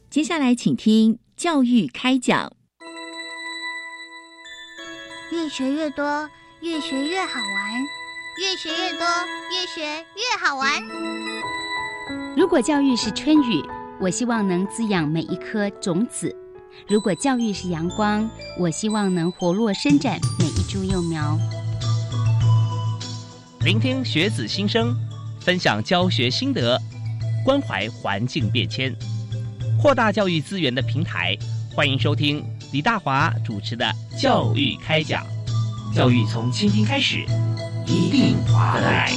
接下来请听教育开讲。 越学越多，越学越好玩，越学越多，越学越好玩。 如果教育是春雨，我希望能滋养每一颗种子；如果教育是阳光，我希望能活络伸展每一株幼苗。 聆听学子心声，分享教学心得，关怀环境变迁，扩大教育资源的平台。欢迎收听李大华主持的教育开讲。教育从倾听开始，一定划得来。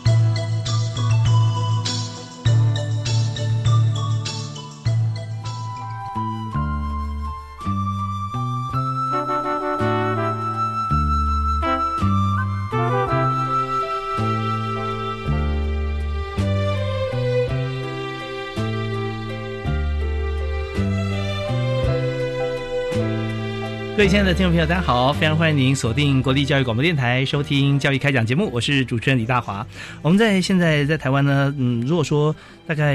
各位亲爱的听众朋友大家好，非常欢迎您锁定国立教育广播电台收听教育开讲节目，我是主持人李大华。我们现在在台湾呢，如果说大概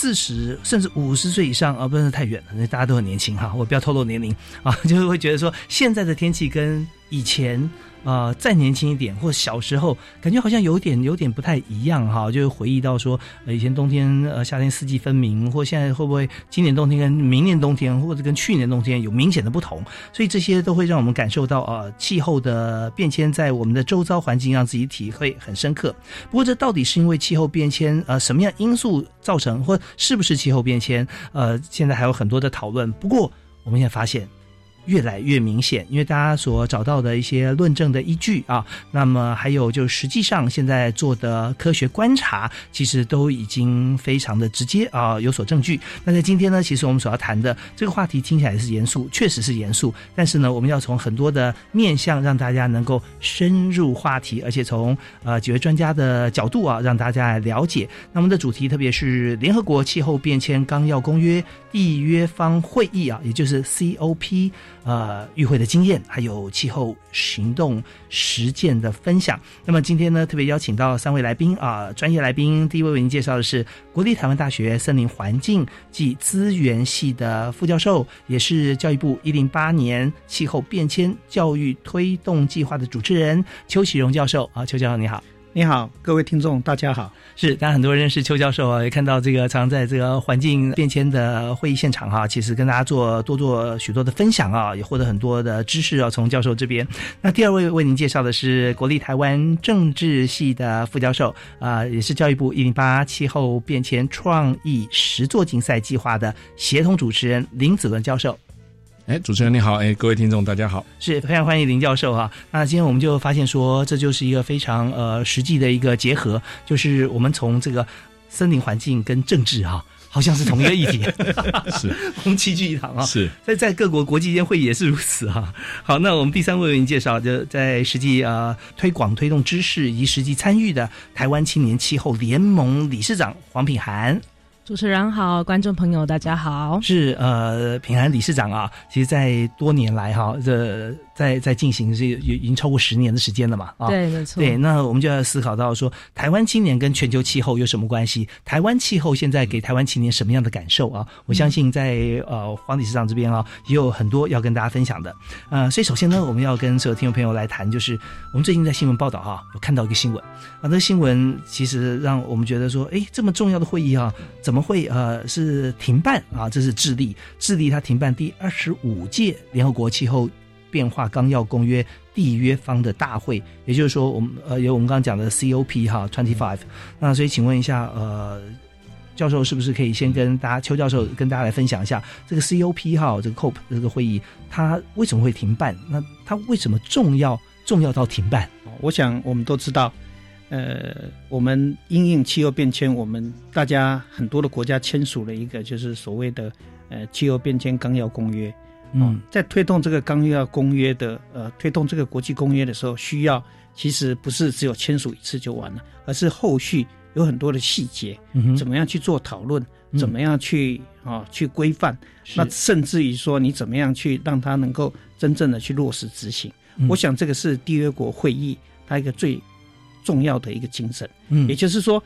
40甚至50岁以上啊，不是太远了，大家都很年轻哈，我不要透露年龄啊，就是会觉得说现在的天气跟以前再年轻一点或小时候感觉好像有点不太一样哈，就回忆到说以前冬天夏天四季分明，或现在会不会今年冬天跟明年冬天或者跟去年冬天有明显的不同，所以这些都会让我们感受到气候的变迁在我们的周遭环境让自己体会很深刻。不过这到底是因为气候变迁什么样因素造成，或是不是气候变迁现在还有很多的讨论。不过我们现在发现越来越明显，因为大家所找到的一些论证的依据啊，那么还有就实际上现在做的科学观察，其实都已经非常的直接啊，有所证据。那在今天呢，其实我们所要谈的这个话题听起来是严肃，确实是严肃，但是呢，我们要从很多的面向让大家能够深入话题，而且从几位专家的角度啊，让大家来了解。那我们的主题特别是联合国气候变迁纲要公约缔约方会议啊，也就是 COP。与会的经验，还有气候行动实践的分享。那么今天呢，特别邀请到3位来宾专业来宾。第一位为您介绍的是国立台湾大学森林环境暨资源系的副教授，也是教育部108年气候变迁教育推动计划的主持人邱启荣教授。邱教授你好。 你好，各位听众大家好。 是，当然很多人认识邱教授啊，也看到这个常在这个环境变迁的会议现场哈，其实跟大家多做许多的分享啊，也获得很多的知识啊，从教授这边。那第二位为您介绍的是国立台湾政治系的副教授也是教育部108气候变迁创意实作竞赛计划的协同主持人林子伦教授。 主持人你好，各位听众大家好。 是，非常欢迎林教授哈。那今天我们就发现说，这就是一个非常实际的一个结合，就是我们从这个森林环境跟政治哈，好像是同一个议题， 是， 我们齐聚一堂啊。 是， 在各国国际间会议也是如此哈。好，那我们第3位为您介绍，就在实际推广推动知识以及实际参与的台湾青年气候联盟理事长黄品涵。 主持人好，观众朋友大家好。 是品涵理事长啊，其实在多年来哈，在进行这已经超过10年的时间了嘛啊。 对，没错。 对，那我们就要思考到说，台湾青年跟全球气候有什么关系？台湾气候现在给台湾青年什么样的感受啊？我相信在黄理事长这边啊，也有很多要跟大家分享的。所以首先呢，我们要跟所有听众朋友来谈，就是我们最近在新闻报道哈，有看到一个新闻那个新闻其实让我们觉得说，这么重要的会议啊，怎么会是停办啊？这是智利它停办第25届联合国气候变化纲要公约缔约方的大会，也就是说我们有我们刚刚讲的 COP 哈 25。那所以请问一下教授是不是可以先跟大家，邱教授跟大家来分享一下这个 COP 哈这个 COP 这个会议它为什么会停办？那它为什么重要到停办？ 我想我们都知道我们因应气候变迁，我们大家很多的国家签署了一个就是所谓的气候变迁纲要公约。在推动这个纲要公约的推动这个国际公约的时候，需要其实不是只有签署一次就完了，而是后续有很多的细节，怎么样去做讨论，怎么样去规范，那甚至于说你怎么样去让它能够真正的去落实执行。我想这个是缔约国会议它一个最重要的一个精神。也就是说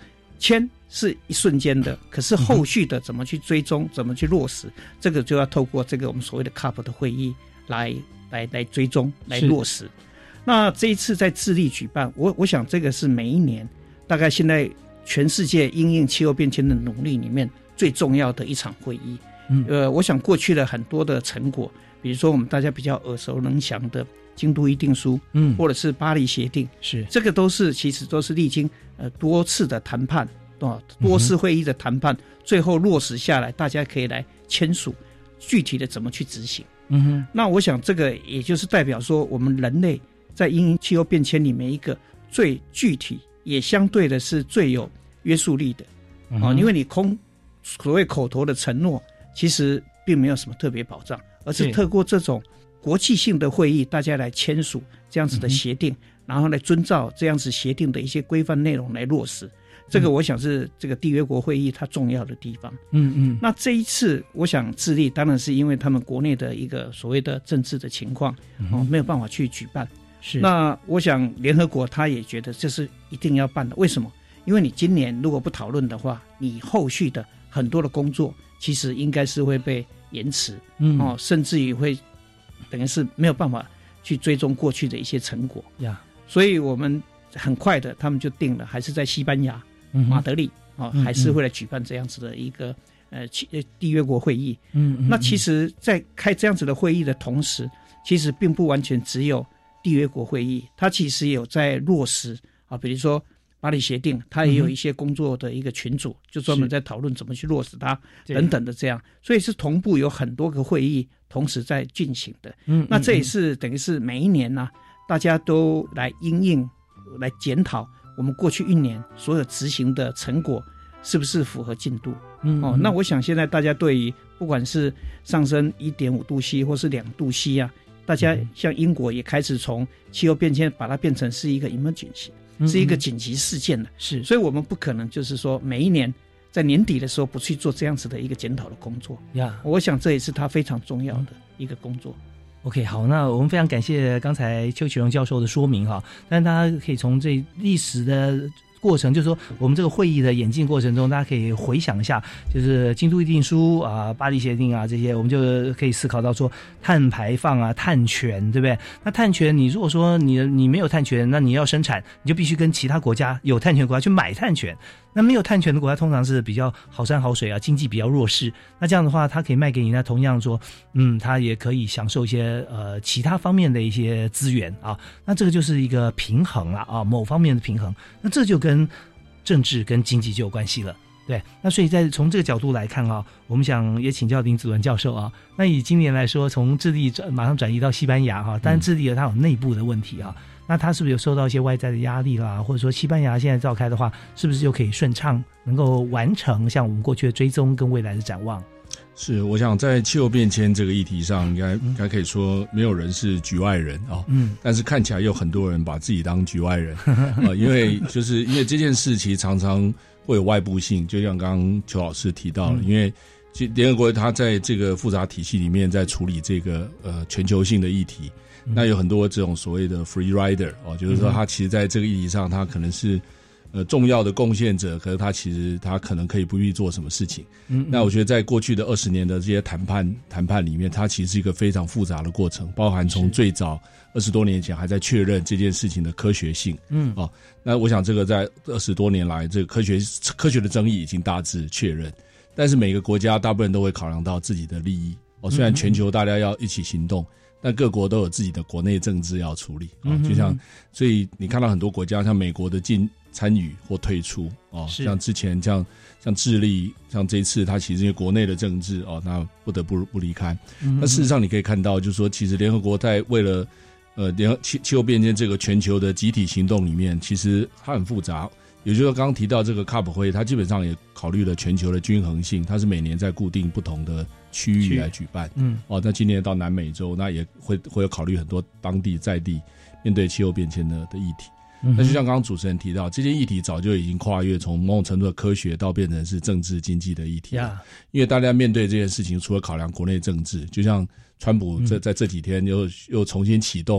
签是一瞬间的，可是后续的怎么去追踪，怎么去落实，这个就要透过这个我们所谓的 COP 的会议来追踪来落实。那这一次在智利举办，我想这个是每一年大概现在全世界因应气候变迁的努力里面最重要的一场会议。我想过去的很多的成果，比如说我们大家比较耳熟能详的京都议定书，或者是巴黎协定，是这个其实都是历经多次的谈判，多次会议的谈判，最后落实下来，大家可以来签署具体的怎么去执行。那我想这个也就是代表说，我们人类在因应气候变迁里面一个最具体也相对的是最有约束力的。因为你所谓口头的承诺其实并没有什么特别保障，而是透过这种国际性的会议，大家来签署这样子的协定，然后来遵照这样子协定的一些规范内容来落实。这个我想是这个缔约国会议它重要的地方。那这一次我想智利当然是因为他们国内的一个所谓的政治的情况，没有办法去举办。那我想联合国他也觉得这是一定要办的。为什么？因为你今年如果不讨论的话，你后续的很多的工作其实应该是会被延迟，甚至于会等于是没有办法去追踪过去的一些成果。所以我们很快的他们就定了，还是在西班牙马德里，还是会来举办这样子的一个缔约国会议。那其实在开这样子的会议的同时，其实并不完全只有缔约国会议，它其实也有在落实比如说巴黎协定，它也有一些工作的一个群组，就专门在讨论怎么去落实它等等的这样，所以是同步有很多个会议同时在进行的。那这也是等于是每一年大家都来因应来检讨我们过去一年所有执行的成果是不是符合进度。那我想现在大家对于不管是上升 1.5 度 C 或是2度 C 大家像英国也开始从气候变迁把它变成是一个 emergency，是一个紧急事件了。所以我们不可能就是说每一年在年底的时候不去做这样子的一个检讨的工作。我想这也是它非常重要的一个工作。 OK， 好，那我们非常感谢刚才邱启荣教授的说明但是大家可以从这历史的过程，就是说我们这个会议的演进过程中，大家可以回想一下，就是京都议定书巴黎协定这些，我们就可以思考到说碳排放碳权，对不对？那碳权你如果说你没有碳权，那你要生产，你就必须跟其他国家有碳权国家去买碳权。那没有碳权的国家通常是比较好山好水经济比较弱势，那这样的话它可以卖给你，那同样说它也可以享受一些其他方面的一些资源那这个就是一个平衡某方面的平衡，那这就跟政治跟经济就有关系了。对，那所以从这个角度来看我们想也请教林子文教授那以今年来说，从智利马上转移到西班牙当然智利它有内部的问题那他是不是有受到一些外在的压力啦？或者说西班牙现在召开的话，是不是就可以顺畅能够完成像我们过去的追踪跟未来的展望？ 是，我想在气候变迁这个议题上，应该可以说没有人是局外人但是看起来有很多人把自己当局外人因为这件事其实常常会有外部性，就像刚刚邱老师提到了，因为联合国它在这个复杂体系里面在处理这个全球性的议题。那有很多这种所谓的 free rider 就是说他其实在这个议题上他可能是重要的贡献者，可是他可能可以不必做什么事情。那我觉得在过去的20年的这些谈判里面，它其实是一个非常复杂的过程，包含从最早20多年前还在确认这件事情的科学性。那我想这个在20多年来，这个科学的争议已经大致确认，但是每个国家大部分都会考量到自己的利益虽然全球大家要一起行动，但各国都有自己的国内政治要处理就像所以你看到很多国家像美国的参与或退出像之前像智利，像这一次它其实因为国内的政治那不得不离开。那事实上你可以看到，就是说其实联合国在为了气候变迁这个全球的集体行动里面，其实它很复杂。也就是说刚刚提到这个 COP 会议，它基本上也考虑了全球的均衡性，它是每年在固定不同的区域来举办。那今年到南美洲，那也会有考虑很多当地在地面对气候变迁的议题。那就像刚刚主持人提到，这些议题早就已经跨越从某种程度的科学到变成是政治经济的议题了。因为大家面对这件事情，除了考量国内政治，就像川普在这几天又重新启动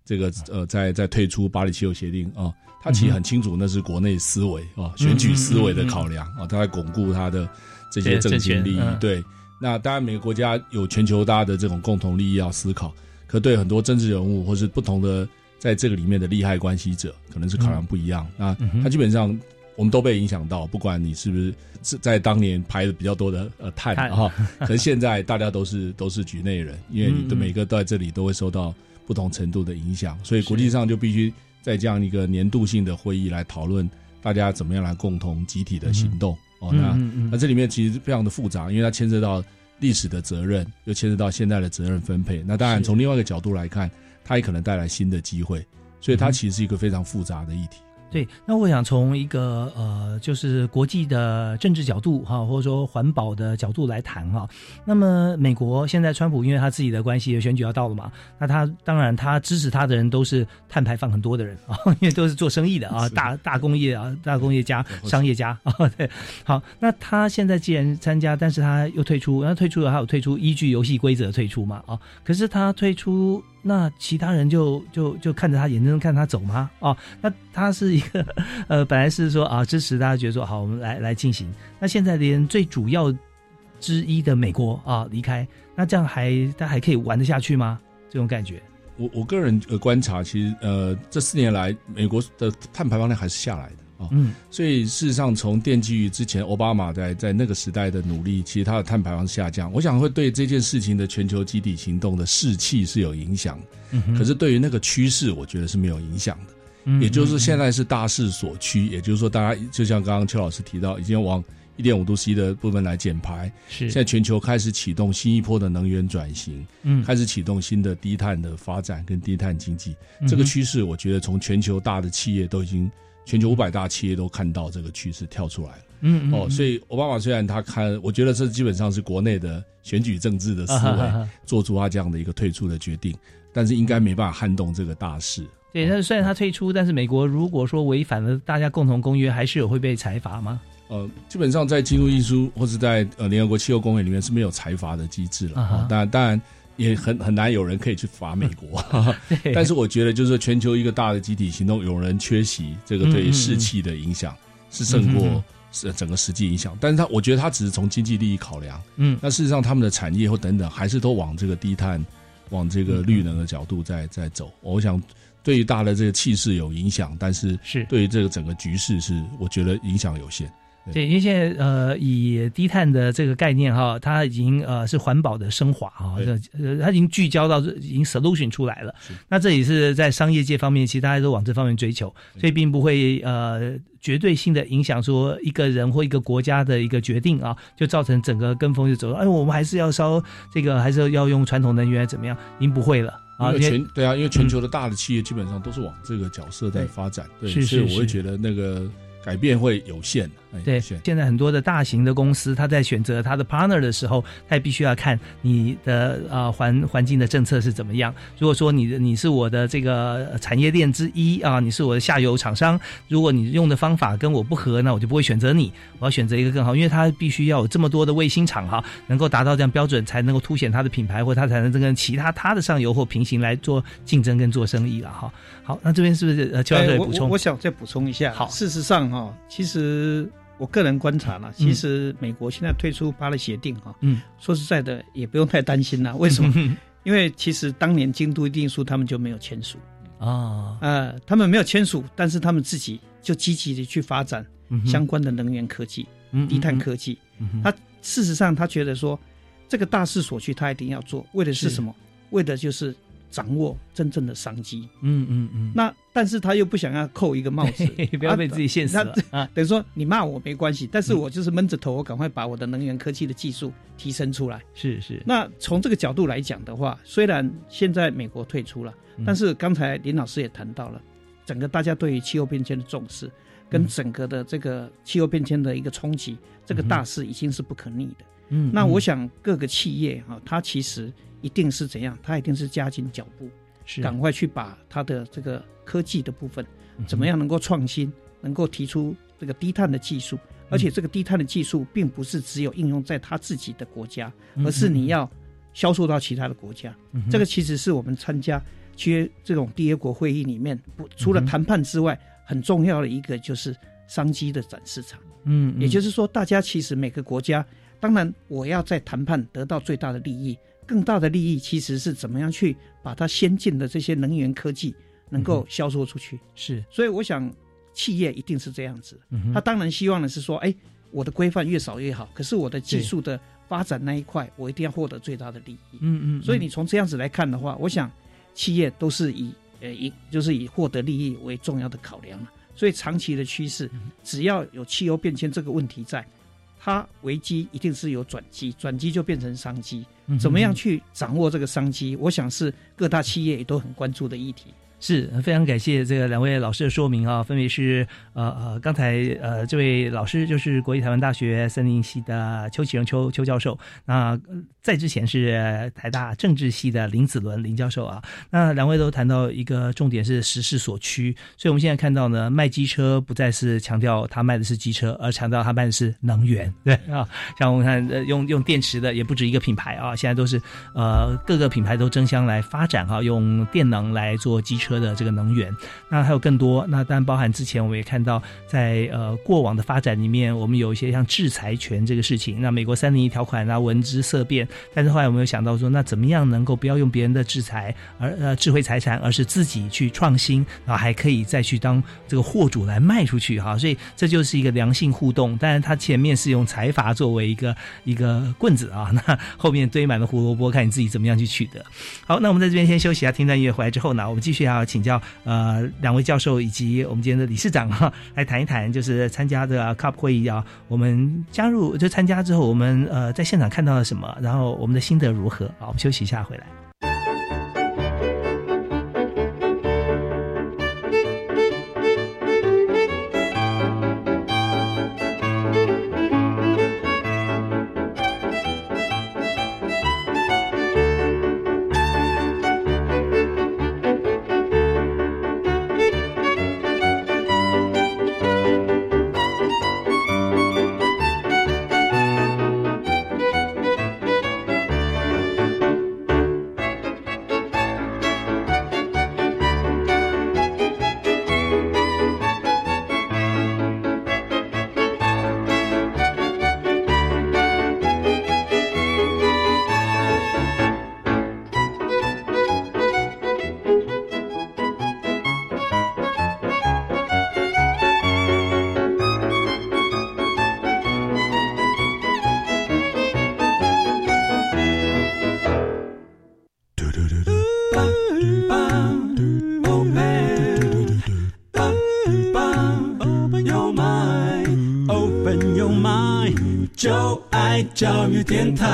这个在退出巴黎气候协定啊，他其实很清楚那是国内思维啊，选举思维的考量啊，他在巩固他的这些政经利益。对，那当然每个国家有全球大家的这种共同利益要思考，可对很多政治人物或是不同的在这个里面的利害关系者，可能是考量不一样。那他基本上我们都被影响到，不管你是不是在当年排的比较多的碳啊，可是现在大家都是局内人，因为你的每个都在这里都会受到不同程度的影响，所以国际上就必须在这样一个年度性的会议来讨论大家怎么样来共同集体的行动。那这里面其实非常的复杂，因为它牵涉到历史的责任，又牵涉到现在的责任分配。那当然从另外一个角度来看，它也可能带来新的机会，所以它其实是一个非常复杂的议题。 对，那我想从一个就是国际的政治角度哈，或者说环保的角度来谈哈。那么美国现在川普因为他自己的关系，选举要到了嘛，那他当然他支持他的人都是碳排放很多的人啊，因为都是做生意的啊，大工业啊，大工业家、商业家啊。对，好，那他现在既然参加，但是他又退出，然后退出了还有退出依据游戏规则退出嘛啊，可是他退出。那其他人就看着他，眼睁睁看他走吗？哦，那他是一个本来是说啊支持，大家觉得说好，我们来进行。那现在连最主要之一的美国啊离开，那这样他还可以玩得下去吗？这种感觉， 我个人观察，其实这4年来美国的碳排放量还是下来的。所以事实上从奠基于之前奥巴马在那个时代的努力，其实他的碳排放下降，我想会对这件事情的全球集体行动的士气是有影响的。可是对于那个趋势我觉得是没有影响的。也就是现在是大势所趋，也就是说大家就像刚刚邱老师提到，已经往 1.5 度 C 的部分来减排，现在全球开始启动新一波的能源转型，开始启动新的低碳的发展跟低碳经济。这个趋势我觉得从全球大的企业都已经，全球500大企业都看到这个趋势跳出来了。所以奥巴马虽然他我觉得这基本上是国内的选举政治的思维做出他这样的一个退出的决定，但是应该没办法撼动这个大势。 对，但是虽然他退出，但是美国如果说违反了大家共同公约，还是有会被裁罚吗？ 基本上在金融运输或是在联合国气候公约里面是没有裁罚的机制了。当然也很难有人可以去罚美国。但是我觉得就是全球一个大的集体行动，有人缺席，这个对士气的影响是胜过整个实际影响。但是我觉得他只是从经济利益考量。那事实上他们的产业或等等还是都往这个低碳、往这个绿能的角度在走。我想对于大的这个气势有影响，但是对于这个整个局势是我觉得影响有限。 对，因为现在以低碳的这个概念哈，它已经是环保的升华哈，它已经聚焦到已经 solution 出来了。那这也是在商业界方面，其实大家都往这方面追求，所以并不会绝对性的影响说一个人或一个国家的一个决定啊，就造成整个跟风就走了。我们还是要烧这个，还是要用传统能源怎么样？已经不会了。 因为全球的大的企业基本上都是往这个角色在发展，对，所以我会觉得那个改变会有限。 对，现在很多的大型的公司，他在选择他的 partner 的时候，他也必须要看你的环境的政策是怎么样。如果说你是我的这个产业链之一啊，你是我的下游厂商，如果你用的方法跟我不合，那我就不会选择你，我要选择一个更好，因为他必须要有这么多的卫星厂哈，能够达到这样标准，才能够凸显他的品牌，或他才能跟其他的上游或平行来做竞争跟做生意了哈。好，那这边是不是邱老师补充？ 我想再补充一下。好，事实上哈，其实我个人观察了，其实美国现在退出巴黎协定哈，说实在的也不用太担心啦。为什么？因为其实当年京都议定书他们就没有签署他们没有签署，但是他们自己就积极的去发展相关的能源科技、低碳科技。他事实上他觉得说这个大势所趋，他一定要做，为的是什么？为的就是掌握真正的商机。那但是他又不想要扣一个帽子， 不要被自己限死了。 等于说你骂我没关系，但是我就是闷着头，我赶快把我的能源科技的技术提升出来。 是。 那从这个角度来讲的话，虽然现在美国退出了，但是刚才林老师也谈到了，整个大家对于气候变迁的重视，跟整个的这个气候变迁的一个冲击，这个大势已经是不可逆的。那我想各个企业它其实一定是怎样？它一定是加紧脚步，赶快去把它的这个科技的部分怎么样能够创新，能够提出这个低碳的技术，而且这个低碳的技术并不是只有应用在它自己的国家，而是你要销售到其他的国家。这个其实是我们参加这种缔约国会议里面，除了谈判之外，很重要的一个就是商机的展示场。也就是说，大家其实每个国家，当然我要在谈判得到最大的利益，更大的利益其实是怎么样去把它先进的这些能源科技能够销售出去。 是， 所以我想企业一定是这样子，他当然希望的是说，我的规范越少越好，可是我的技术的发展那一块，我一定要获得最大的利益。所以你从这样子来看的话，我想企业都是就是以获得利益为重要的考量。所以长期的趋势，只要有气候变迁这个问题在，它危机一定是有转机，转机就变成商机。怎么样去掌握这个商机，我想是各大企业也都很关注的议题。 是，非常感谢这个两位老师的说明啊，分别是刚才这位老师就是国立台湾大学森林系的邱启荣邱教授，那在之前是台大政治系的林子伦林教授啊。那两位都谈到一个重点是时势所趋，所以我们现在看到呢，卖机车不再是强调他卖的是机车，而强调他卖的是能源，对啊，像我们看用电池的也不止一个品牌啊，现在都是各个品牌都争相来发展啊，用电能来做机车的这个能源。那还有更多，那当然包含之前我们也看到在过往的发展里面，我们有一些像制裁权这个事情，那美国301条款啊闻之色变，但是后来我们有想到说，那怎么样能够不要用别人的制裁而智慧财产，而是自己去创新，然后还可以再去当这个货主来卖出去哈，所以这就是一个良性互动。当然它前面是用财阀作为一个棍子啊，那后面堆满了胡萝卜，看你自己怎么样去取得。好，那我们在这边先休息一下，听段音乐回来之后呢，我们继续要请教两位教授以及我们今天的理事长啊，来谈一谈就是参加的 COP 会议啊，我们加入就参加之后，我们在现场看到了什么，然后我们的心得如何。好，我们休息一下回来。 教育电台，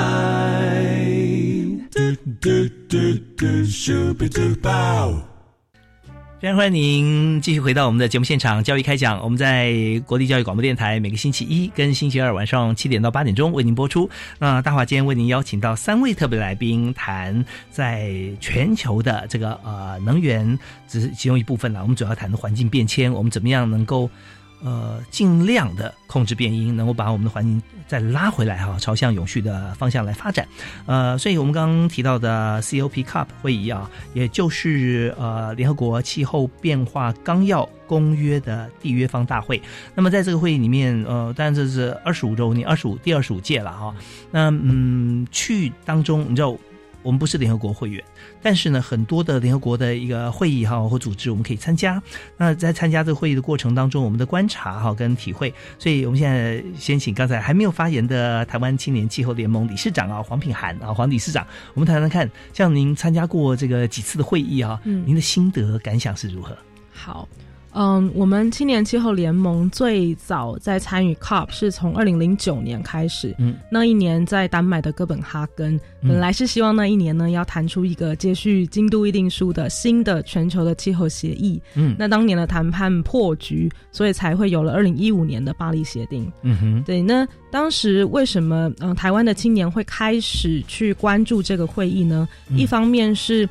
非常欢迎您继续回到我们的节目现场，教育开讲。我们在国立教育广播电台每个星期一跟星期二晚上7点到8点钟为您播出。那大华今天为您邀请到3位特别来宾，谈在全球的这个能源只是其中一部分啦，我们主要谈的环境变迁，我们怎么样能够尽量的控制变因，能够把我们的环境再拉回来哈，朝向永续的方向来发展。所以我们刚刚提到的 COP 会议啊，也就是联合国气候变化纲要公约的缔约方大会。那么在这个会议里面，当然这是25周年，第25届了哈。那去当中，你知道，我们不是联合国会员，但是呢，很多的联合国的一个会议哈或组织我们可以参加。那在参加这个会议的过程当中，我们的观察哈跟体会，所以我们现在先请刚才还没有发言的台湾青年气候联盟理事长啊黄品涵啊黄理事长，我们谈谈看，像您参加过这个几次的会议啊，您的心得感想是如何？ 好。我们青年气候联盟最早在参与 COP 是从2009年开始，那一年在丹麦的哥本哈根，本来是希望那一年呢要谈出一个接续京都议定书的新的全球的气候协议，那当年的谈判破局，所以才会有了2015年的巴黎协定。对，那当时为什么台湾的青年会开始去关注这个会议呢？一方面是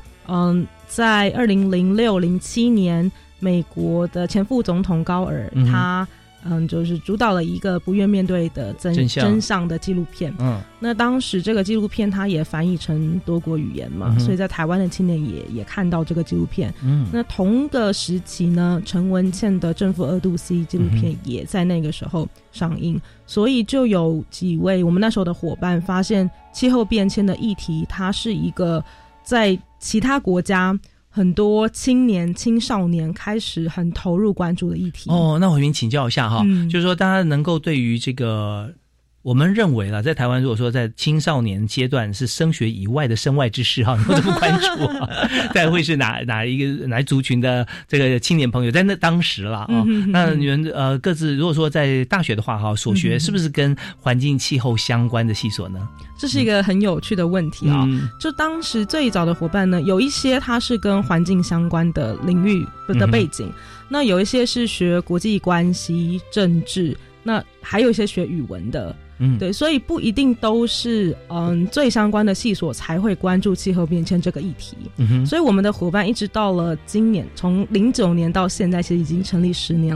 在2006-07年美国的前副总统高尔，他就是主导了一个不愿面对的真相的纪录片。那当时这个纪录片它也翻译成多国语言嘛，所以在台湾的青年也看到这个纪录片。那同个时期呢，陈文茜的正负2度 C 纪录片也在那个时候上映，所以就有几位我们那时候的伙伴发现气候变迁的议题，它是一个在其他国家很多青年青少年开始很投入关注的议题。 那我请教一下哈，就是说大家能够对于这个我们认为啦，在台湾如果说在青少年阶段是升学以外的身外之事哈，你会怎么关注啊？大概会是哪一族群的这个青年朋友在那当时啦那你们各自如果说在大学的话哈，所学是不是跟环境气候相关的系所呢？ 这是一个很有趣的问题就当时最早的伙伴呢，有一些他是跟环境相关的领域的背景，那有一些是学国际关系政治，那还有一些学语文的对，所以不一定都是最相关的系所才会关注气候变迁这个议题。所以我们的伙伴一直到了今年，从09年到现在，其实已经成立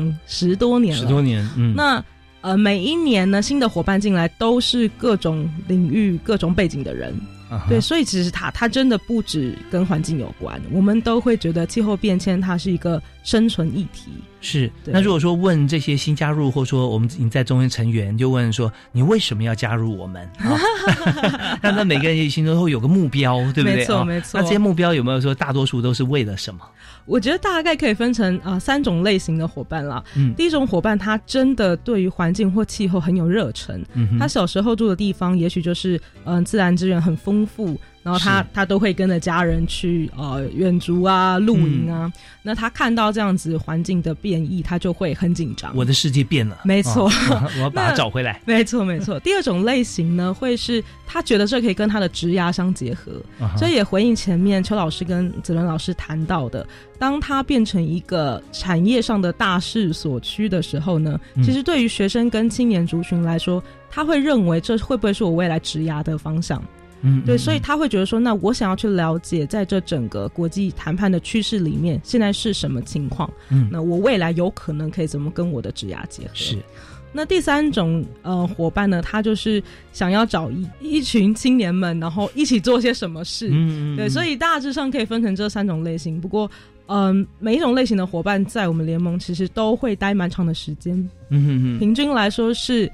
10多年了。10多年，那每一年呢，新的伙伴进来都是各种领域、各种背景的人。对，所以其实它真的不只跟环境有关，我们都会觉得气候变迁它是一个生存议题。 是，那如果说问这些新加入，或者说我们已经在中间成员，就问说你为什么要加入我们？那每个人心中会有个目标，对不对？ 没错，没错。 那这些目标有没有说大多数都是为了什么？ 我觉得大概可以分成3种类型的伙伴啦。第一种伙伴，他真的对于环境或气候很有热忱。他小时候住的地方，也许就是自然资源很丰富。然后他都会跟着家人去远足啊、露营啊。那他看到这样子环境的变异，他就会很紧张。 我的世界变了， 没错， 我要把它找回来。 没错，没错。第二种类型呢，会是他觉得这可以跟他的职涯相结合，所以也回应前面邱老师跟子伦老师谈到的，当他变成一个产业上的大势所趋的时候呢，其实对于学生跟青年族群来说，他会认为这会不会是我未来职涯的方向？对，所以他会觉得说，那我想要去了解在这整个国际谈判的趋势里面现在是什么情况，那我未来有可能可以怎么跟我的职涯结合。 是。 那第3种伙伴呢，他就是想要找一群青年们，然后一起做些什么事。对，所以大致上可以分成这3种类型。不过每一种类型的伙伴在我们联盟其实都会待蛮长的时间。平均来说是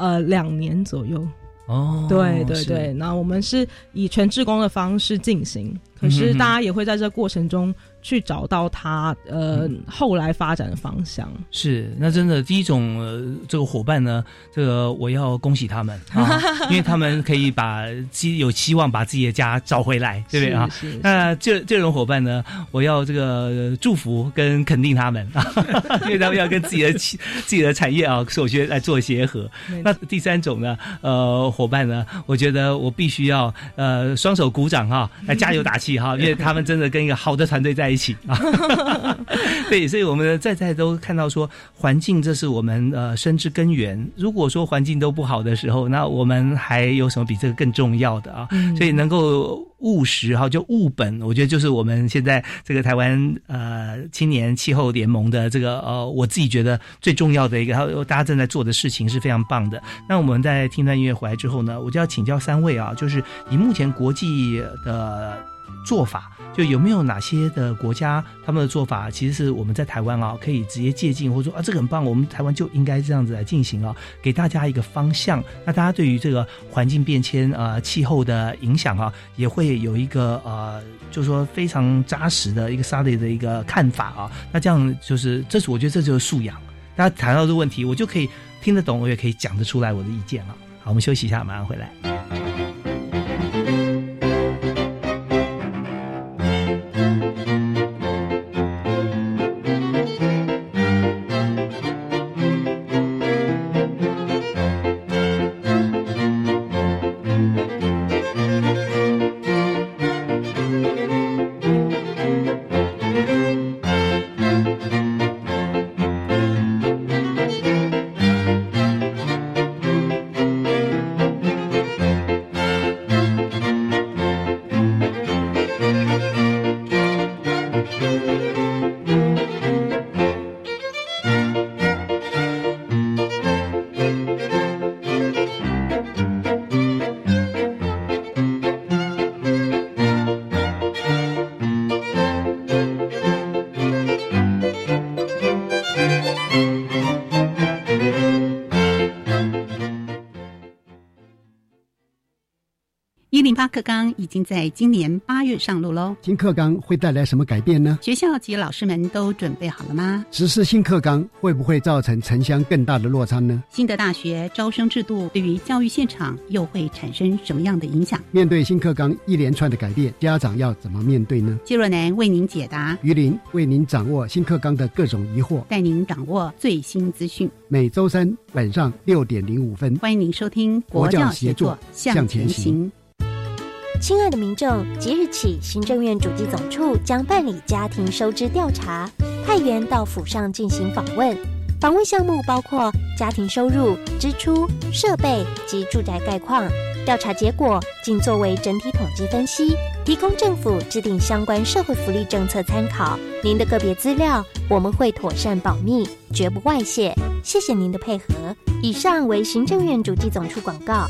2年左右。对对对，那我们是以全志工的方式进行，可是大家也会在这过程中去找到他后来发展的方向。 是，那真的第一种这个伙伴呢，这个我要恭喜他们因为他们可以有希望把自己的家找回来，对不对啊？那这种伙伴呢，我要这个祝福跟肯定他们因为他们要跟自己的产业所学来做结合。那第3种呢，伙伴呢，我觉得我必须要双手鼓掌来加油打气因为他们真的跟一个好的团队在一起对，所以我们在都看到说，环境这是我们生之根源。如果说环境都不好的时候，那我们还有什么比这个更重要的所以能够务实就务本，我觉得就是我们现在这个台湾青年气候联盟的这个我自己觉得最重要的一个大家正在做的事情是非常棒的。那我们在听段音乐回来之后呢，我就要请教3位就是以目前国际的做法，就有没有哪些的国家他们的做法其实是我们在台湾可以直接借鉴，或者说这个很棒，我们台湾就应该这样子来进行给大家一个方向。那大家对于这个环境变迁气候的影响也会有一个就是说非常扎实的一个 solid 的一个看法那这样就是我觉得这就是素养。大家谈到这个问题，我就可以听得懂，我也可以讲得出来我的意见好，我们休息一下，马上回来。 八课纲已经在今年8月上路咯。 新课纲会带来什么改变呢？ 学校及老师们都准备好了吗？ 实施新课纲会不会造成城乡更大的落差呢？ 新的大学招生制度对于教育现场又会产生什么样的影响？ 面对新课纲一连串的改变，家长要怎么面对呢？ 谢若楠为您解答， 于林为您掌握新课纲的各种疑惑， 带您掌握最新资讯。 每周3晚上6点05分， 欢迎您收听国教协作向前行。 亲爱的民众，即日起，行政院主计总处将办理家庭收支调查，派员到府上进行访问。访问项目包括家庭收入、支出、设备及住宅概况。调查结果仅作为整体统计分析，提供政府制定相关社会福利政策参考。您的个别资料我们会妥善保密，绝不外泄。谢谢您的配合。以上为行政院主计总处广告。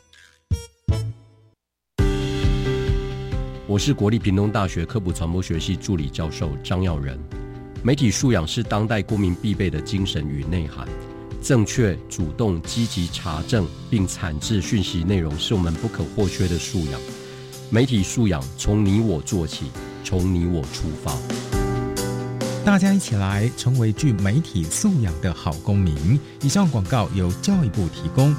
我是国立屏东大学科普传播学系助理教授张耀仁。媒体素养是当代公民必备的精神与内涵，正确、主动、积极查证并产制讯息内容是我们不可或缺的素养。媒体素养从你我做起，从你我出发。 大家一起来成为具媒体素养的好公民。以上广告由教育部提供。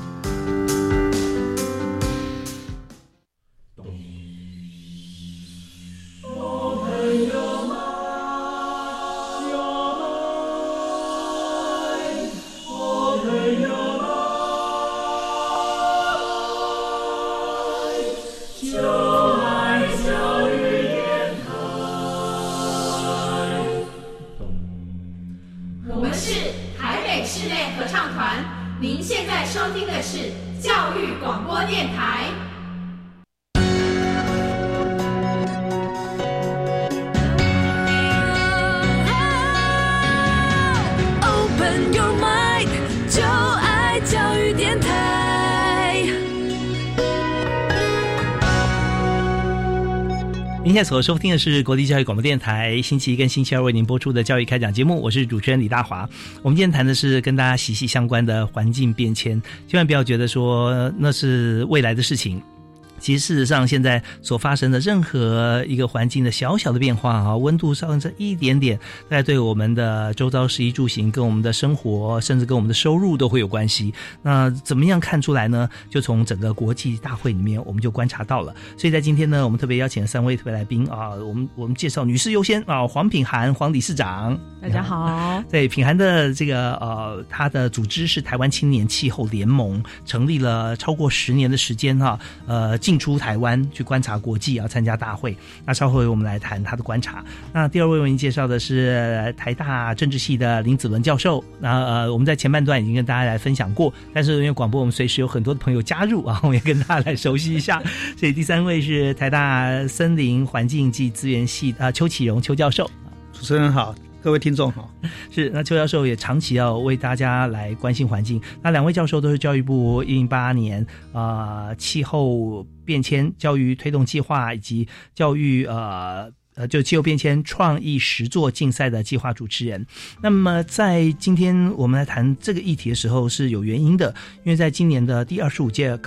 您现在所收听的是国立教育广播电台星期一跟星期二为您播出的教育开讲节目，我是主持人李大华。我们今天谈的是跟大家息息相关的环境变迁，千万不要觉得说那是未来的事情。其实事实上现在所发生的任何一个环境的小小的变化啊，温度上升一点点，大概对我们的周遭食衣住行跟我们的生活甚至跟我们的收入都会有关系。那怎么样看出来呢？就从整个国际大会里面我们就观察到了。所以在今天呢，我们特别邀请了3位特别来宾啊，我们介绍女士优先啊，黄品涵黄理事长。 大家好。 对，品涵的这个他的组织是台湾青年气候联盟，成立了超过10年的时间哈，进出台湾去观察国际啊，参加大会。那稍后我们来谈他的观察。那第二位为您介绍的是台大政治系的林子伦教授。那我们在前半段已经跟大家来分享过，但是因为广播我们随时有很多的朋友加入啊，我们也跟大家来熟悉一下。所以第3位是台大森林环境暨资源系邱启荣邱教授。 主持人好，各位听众好。 是，那邱教授也长期要为大家来关心环境。那2位教授都是教育部108年气候变迁教育推动计划以及教育就气候变迁创意实作竞赛的计划主持人。那么在今天我们来谈这个议题的时候是有原因的，因为在今年的第25届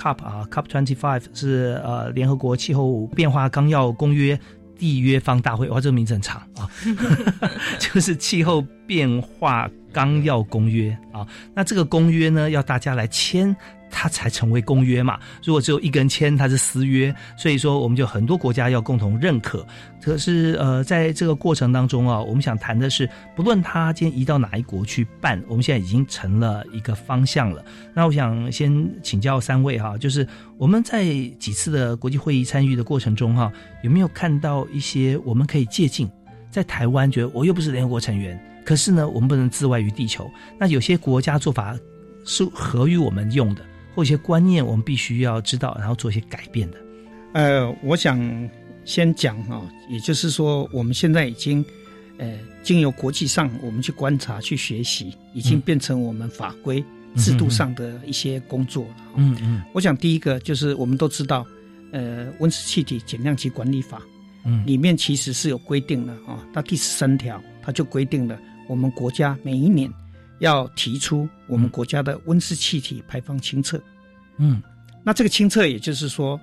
COP25 是联合国气候变化纲要公约缔约方大会。哇，这个名字很长啊，就是气候变化纲要公约啊。那这个公约呢，要大家来签，它才成为公约嘛。如果只有一个人签，它是私约，所以说我们就很多国家要共同认可。可是在这个过程当中啊，我们想谈的是，不论他今天移到哪一国去办，我们现在已经成了一个方向了。那我想先请教3位哈，就是我们在几次的国际会议参与的过程中哈，有没有看到一些我们可以借鉴？在台湾觉得我又不是联合国成员，可是呢，我们不能自外于地球。那有些国家做法是合于我们用的，或一些观念我们必须要知道，然后做一些改变的。 我想先讲也就是说我们现在已经经由国际上我们去观察去学习，已经变成我们法规制度上的一些工作了。我想第一个就是我们都知道温室气体减量及管理法里面其实是有规定的它第13条它就规定了我们国家每一年要提出我们国家的温室气体排放清册。那这个清册也就是说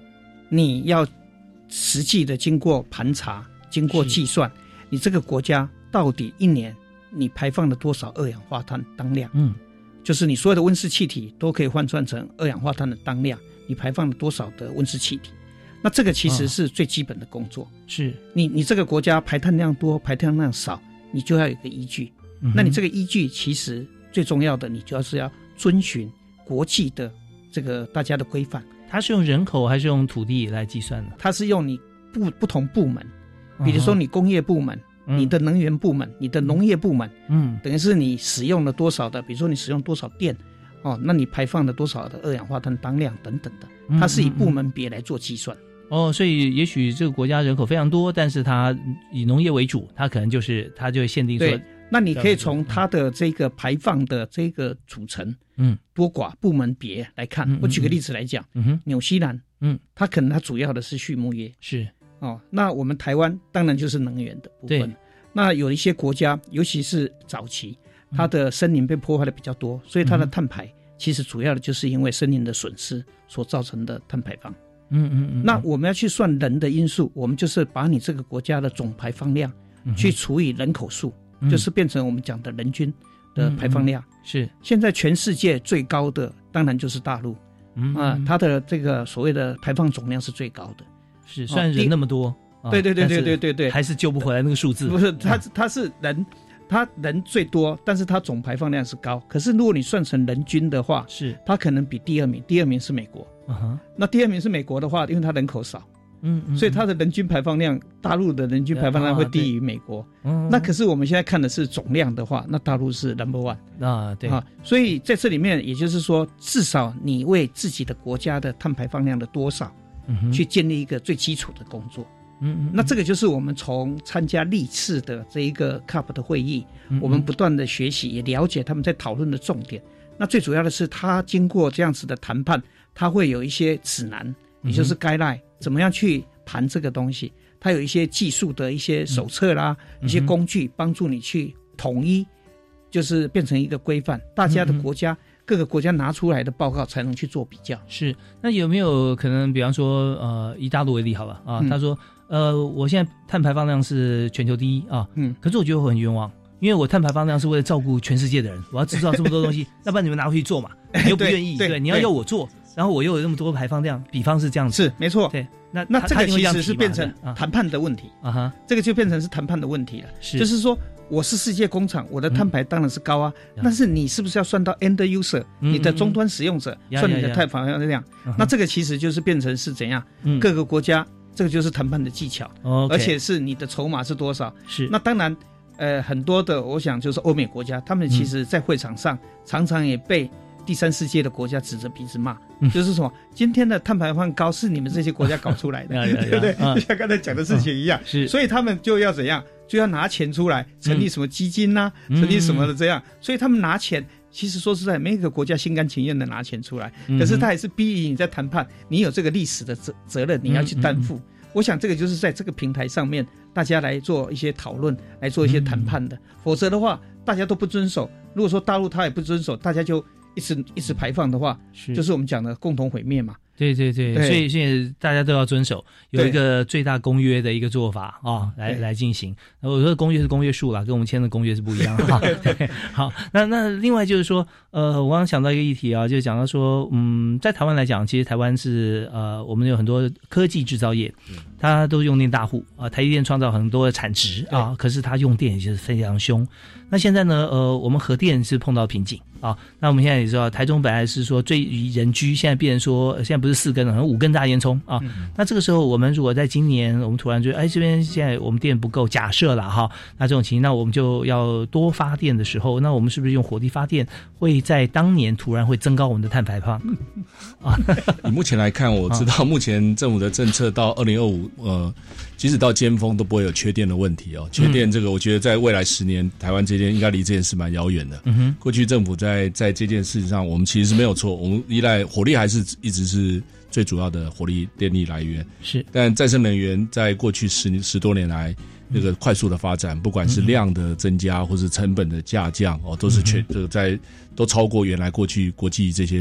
你要实际的经过盘查、经过计算，你这个国家到底一年你排放了多少二氧化碳当量？就是你所有的温室气体都可以换算成二氧化碳的当量，你排放了多少的温室气体？那这个其实是最基本的工作。 是你这个国家排碳量多，排碳量少，你就要有一个依据。那你这个依据其实最重要的，你就是要遵循国际的这个大家的规范。 它是用人口还是用土地来计算的？ 它是用你不同部门，比如说你工业部门、你的能源部门、你的农业部门，等于是你使用了多少的，比如说你使用多少电，那你排放了多少的二氧化碳当量等等的，它是以部门别来做计算。 所以也许这个国家人口非常多，但是它以农业为主，它可能它就会限定说。 对，那你可以从它的这个排放的这个组成，多寡部门别来看。我举个例子来讲，纽西兰，它可能它主要的是畜牧业， 是那我们台湾当然就是能源的部分。那有一些国家，尤其是早期，它的森林被破坏的比较多，所以它的碳排其实主要的就是因为森林的损失所造成的碳排放。那我们要去算人的因素，我们就是把你这个国家的总排放量去除以人口数，就是变成我们讲的人均的排放量。 是现在全世界最高的当然就是大陆，它的这个所谓的排放总量是最高的。 是虽然人那么多， 对， 还是救不回来那个数字。 不是，它是人。它人最多，但是它总排放量是高。可是如果你算成人均的话， 是它可能比第二名是美国。那第二名是美国的话，因为它人口少，所以它的人均排放量，大陆的人均排放量会低于美国。那可是我们现在看的是总量的话，那大陆是 No.1 对所以在这里面，也就是说，至少你为自己的国家的碳排放量的多少，去建立一个最基础的工作。那这个就是我们从参加历次的这一个 COP 的会议，我们不断的学习，也了解他们在讨论的重点。那最主要的是，他经过这样子的谈判，他会有一些指南，也就是 guideline， 怎么样去盘这个东西。他有一些技术的一些手册啦，一些工具帮助你去统一，就是变成一个规范，大家的国家。各个国家拿出来的报告才能去做比较。 是，那有没有可能，比方说，以大陆为例好了啊，他说，我现在碳排放量是全球第一啊，可是我觉得我很冤枉，因为我碳排放量是为了照顾全世界的人，我要制造这么多东西，要不然你们拿回去做嘛，你又不愿意，对，你要我做，然后我又有那么多排放量，比方是这样子， 是没错， 对， 那这个其实是变成谈判的问题这个就变成是谈判的问题了，就是说。我是世界工厂，我的碳排当然是高啊，但是你是不是要算到 end user，你的终端使用者算你的碳排放量？那这个其实就是变成是怎样？各个国家这个就是谈判的技巧，而且是你的筹码是多少？ 是。 那当然，很多的我想就是欧美国家，他们其实在会场上常常也被第三世界的国家指着鼻子骂，就是什么今天的碳排放高是你们这些国家搞出来的，对不对？就像刚才讲的事情一样，所以他们就要怎样？就要拿钱出来成立什么基金啊，成立什么的这样，所以他们拿钱，其实说实在，每一个国家心甘情愿的拿钱出来，可是他还是逼你在谈判，你有这个历史的责任，你要去担负。我想这个就是在这个平台上面，大家来做一些讨论，来做一些谈判的，否则的话，大家都不遵守。如果说大陆他也不遵守，大家就一直排放的话，就是我们讲的共同毁灭嘛。 对，所以现在大家都要遵守有一个最大公约的一个做法来进行。我说的公约是公约数啦，跟我们签的公约是不一样哈。对，好，那另外就是说，我刚刚想到一个议题啊，就讲到说，在台湾来讲，其实台湾是我们有很多科技制造业，它都用电大户啊，台积电创造很多的产值啊，可是它用电也是非常凶。那现在呢，我们核电是碰到瓶颈啊。那我们现在也知道，台中本来是说最宜人居，现在变成说现在不是4根了，可能5根大烟囱啊。那这个时候，我们如果在今年，我们突然觉得，这边现在我们电不够，假设了哈，那这种情形，那我们就要多发电的时候，那我们是不是用火力发电，会在当年突然会增高我们的碳排放啊？ 以目前来看，我知道目前政府的政策到2025，即使到尖峰都不会有缺电的问题哦。缺电这个，我觉得在未来10年，台湾这件应该离这件事蛮遥远的。过去政府在这件事上，我们其实是没有错，我们依赖火力还是一直是最主要的火力电力来源。是，但再生能源在过去10多年来，那个快速的发展，不管是量的增加或是成本的下降都是都超过原来过去国际这些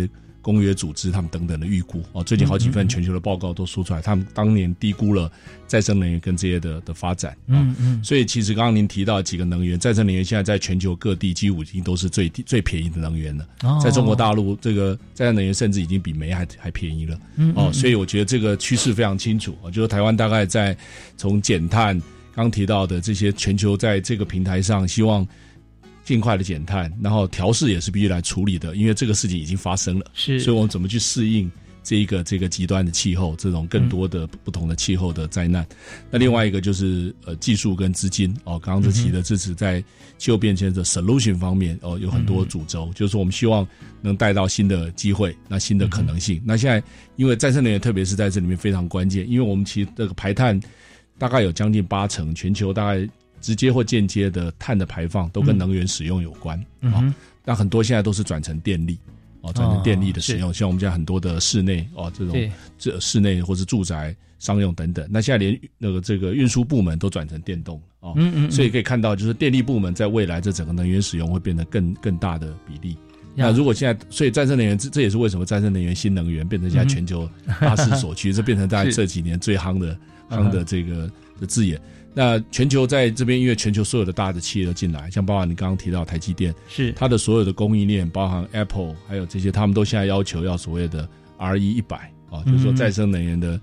公约组织他们等等的预估最近好几份全球的报告都说出来，他们当年低估了再生能源跟这些的发展所以其实刚刚您提到几个能源，再生能源现在在全球各地几乎已经都是最便宜的能源了在中国大陆这个再生能源甚至已经比煤还便宜了所以我觉得这个趋势非常清楚就是台湾大概在从减碳刚提到的这些全球在这个平台上希望尽快的减碳，然后调试也是必须来处理的，因为这个事情已经发生了，所以我们怎么去适应这个极端的气候，这种更多的不同的气候的灾难。那另外一个就是技术跟资金刚刚这提的支持在气候变迁的 solution 方面有很多主轴就是说我们希望能带到新的机会，那新的可能性那现在因为再生能源特别是在这里面非常关键，因为我们其实这个排碳大概有将近80%，全球大概直接或间接的碳的排放都跟能源使用有关那很多现在都是转成电力转成电力的使用像我们现在很多的室内这种室内或是住宅商用等等，那现在连这个运输部门都转成电动所以可以看到就是电力部门在未来这整个能源使用会变得更大的比例那如果现在所以再生能源这也是为什么再生能源新能源变成现在全球大势所趋这变成大概这几年最夯的这个的字眼。那全球在这边因为全球所有的大的企业都进来，像包含你刚刚提到台积电是它的所有的供应链包含 Apple 还有这些他们都现在要求要所谓的 RE100就是说再生能源的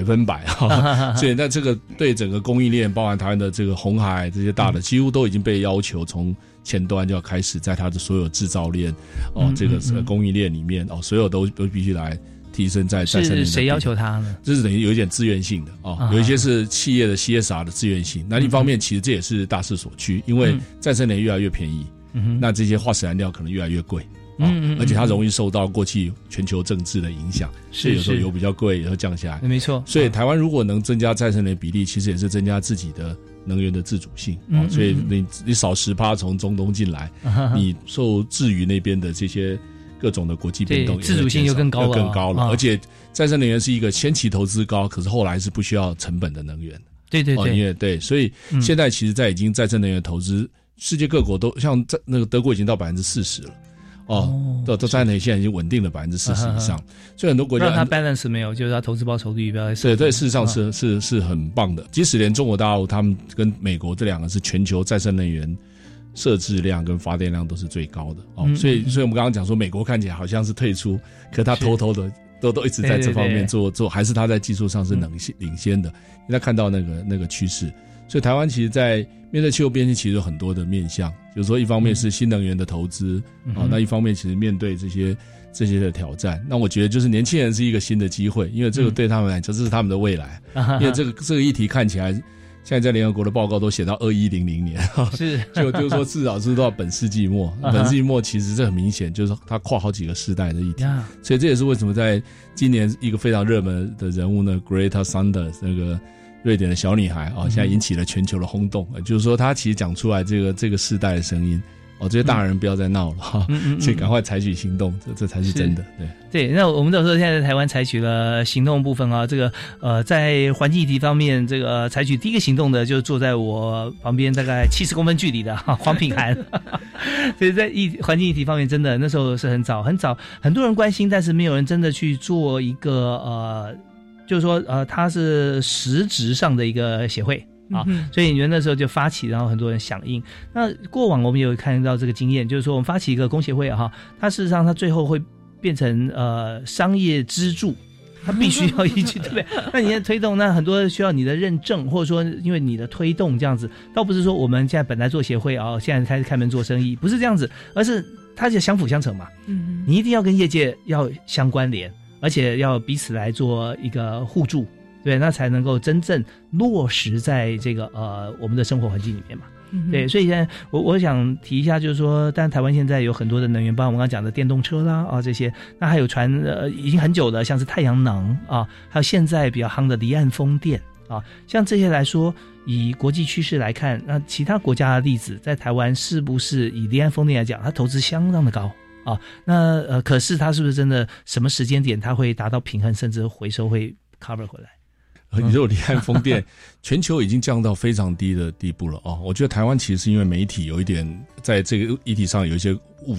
100%所以那这个对整个供应链包含台湾的这个鸿海这些大的几乎都已经被要求从前端就要开始在它的所有制造链这个供应链里面所有都必须来提升在再生能源。 是谁要求它呢？ 这是等于有一点自愿性的有一些是企业的 CSR 的自愿性。那一方面其实这也是大势所趋，因为再生能源越来越便宜那这些化石燃料可能越来越贵而且它容易受到过去全球政治的影响，所以有时候油比较贵，有时候降下来。 没错。 所以台湾如果能增加再生能源比例，其实也是增加自己的能源的自主性所以你少10%从中东进来你受制于那边的这些各种的国际变动自主性就更高了而且再生能源是一个先期投资高可是后来是不需要成本的能源对因为对所以现在其实在已经再生能源投资世界各国都像在那个德国已经到40%了都再生能源现在已经稳定了40%以上所以很多国家让它 balance 没有就是它投资报酬率对事实上是很棒的，即使连中国大陆他们跟美国这两个是全球再生能源设置量跟发电量都是最高的所以我们刚刚讲说美国看起来好像是退出，可他偷偷的都一直在这方面做还是他在技术上是领先的，因为他看到那个趋势。所以台湾其实在面对气候变迁其实有很多的面向，就是说一方面是新能源的投资那一方面其实面对这些的挑战，那我觉得就是年轻人是一个新的机会，因为这个对他们来讲这是他们的未来因为这个议题看起来现在在联合国的报告都写到2100年是就是说至少是到本世纪末本世纪末其实这很明显就是它跨好几个世代的议题所以这也是为什么在今年一个非常热门的人物呢 Greta Thunberg 那个瑞典的小女孩现在引起了全球的轰动就是说她其实讲出来这个世代的声音这些大人不要再闹了所以赶快采取行动这才是真的对那我们都说现在在台湾采取了行动部分这个在环境议题方面这个采取第一个行动的就是坐在我旁边大概70公分距离的黄品涵所以在环境议题方面真的那时候是很早很多人关心，但是没有人真的去做一个就是说它是实质上的一个协会所以你们那时候就发起，然后很多人响应。那过往我们也有看到这个经验，就是说我们发起一个工协会它事实上它最后会变成商业支柱，它必须要一起对不对？那你在推动，那很多需要你的认证，或者说因为你的推动这样子，倒不是说我们现在本来做协会现在开始开门做生意，不是这样子，而是它就相辅相成嘛。你一定要跟业界要相关联，而且要彼此来做一个互助。对，那才能够真正落实在这个我们的生活环境里面嘛。对，所以现在我想提一下，就是说，但台湾现在有很多的能源，包括我们刚刚讲的电动车啦这些，那还有已经很久的，像是太阳能还有现在比较夯的离岸风电像这些来说，以国际趋势来看，那其他国家的例子，在台湾是不是以离岸风电来讲，它投资相当的高那可是它是不是真的什么时间点它会达到平衡，甚至回收会 cover 回来？ 你说离岸风电全球已经降到非常低的地步了我觉得台湾其实是因为媒体有一点在这个议题上有一些误解，